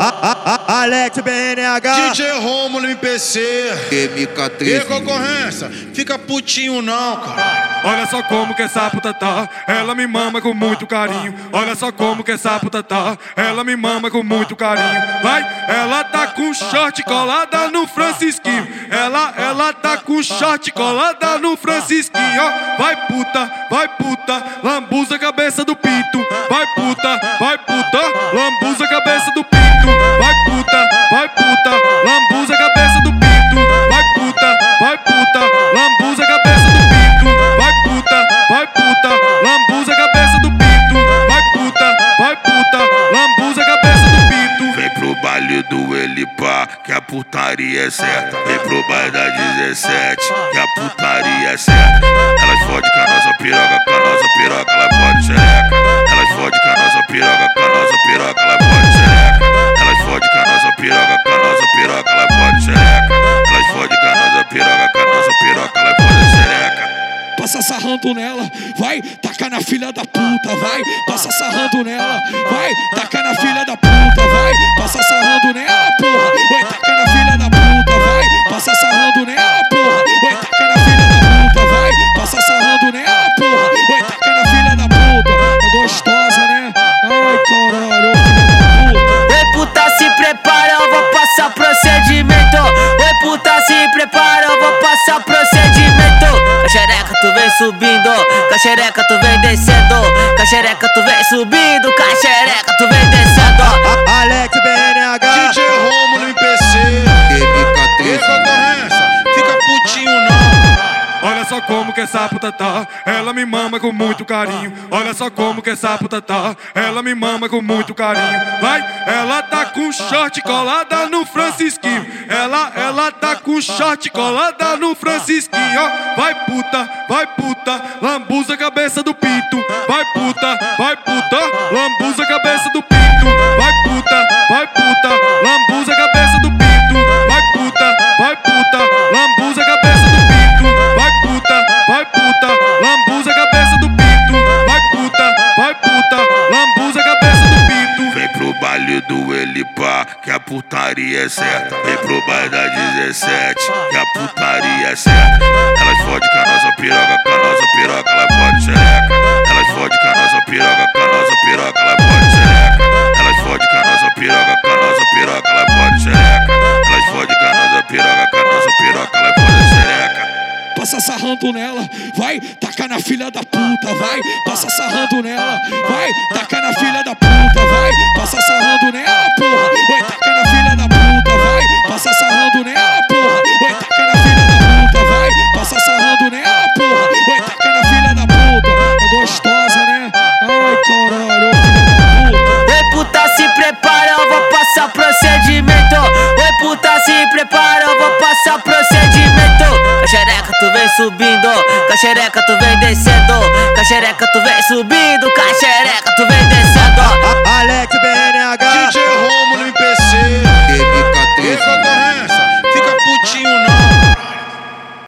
Alex BNH, DJ Rômulo MPC, MK13. E concorrência, fica putinho não, caralho. Olha só como que essa puta tá, ela me mama com muito carinho. Olha só como que essa puta tá, ela me mama com muito carinho. Vai, ela tá com short colada no Francisquinho. Ela tá com short colada no Francisquinho, ó. Vai puta, lambuza a cabeça do pinto. Vai puta, lambuza a cabeça do pinto. Vai puta, lambuza a cabeça do pinto. Vai puta, lambuza a cabeça do pinto. Vai puta, lambuza a cabeça do pinto. Vai puta, lambuza a cabeça do pinto. Vem pro baile do Elipá, que a putaria é certa. Vem pro baile da 17, que a putaria é certa. Elas fodem com a nossa piroca, ela fode xereca. Elas fodem com a nossa piroca, ela fode xereca. Elas fodem com a nossa piroca, ela fode xereca. Elas fodem com a nossa piroca, ela fode xereca. Passa sarrando nela, vai, taca na filha da puta, vai, passa sarrando nela, vai, taca na filha da puta, vai, passa sarrando nela, porra, vai, taca na filha da puta, vai, passa sarrando nela, porra, vai, taca na filha da puta, vai, passa sarrando nela, porra, vai, taca na filha da puta, é gostosa, né? Ai, caralho, filha da puta. Oi, puta, se prepara, eu vou passar procedimento. Oi, puta, se prepara, eu vou passar procedimento. Caxereca, tu vem subindo, caxereca, tu vem descendo. Caxereca, tu vem subindo, caxereca, tu vem descendo. Alex BNH, DJ Rômulo MPC, E MK13. concorrência, fica putinho não, caralho. Olha só como que essa puta tá, ela me mama com muito carinho. Olha só como que essa puta tá, ela me mama com muito carinho. Vai, ela tá com short colada no Francisquinho. Ela tá com short colada no Francisquinho, ó. Vai puta, lambuza a cabeça do pinto. Vai puta, lambuza a cabeça do pinto. Vai puta, lambuza a cabeça do pinto. Vai puta, lambuza a cabeça do pinto. Vai puta, lambuza a cabeça do pinto. Vai puta, lambuza a cabeça do pinto. Vem pro baile do Elipá, que a putaria é certa. Vem pro baile da 17, que a putaria é certa. Elas fodem com a nossa piroca, ela fode xereca. Elas fodem com a nossa piroca, ela fode xereca. Elas fodem com a nossa piroca, ela fode xereca. Elas fodem com a nossa piroca, ela fode xereca. Passa sarrando nela, vai, taca na filha da puta, vai, passa sarrando nela, vai, taca na filha da puta, vai, passa sarrando nela, porra, vai, taca na filha da puta, vai, passa sarrando nela, porra, vai, taca na filha da puta, vai, passa sarrando nela, porra, vai, taca na filha da puta, é gostosa, né? Ai, caralho, filha da puta. Oi, puta, se prepara, eu vou passar procedimento. Oi, puta, se prepara, eu vou passar procedimento. Caxereca, tu vem subindo, caxereca, tu vem descendo. Caxereca, tu vem subindo, caxereca, tu vem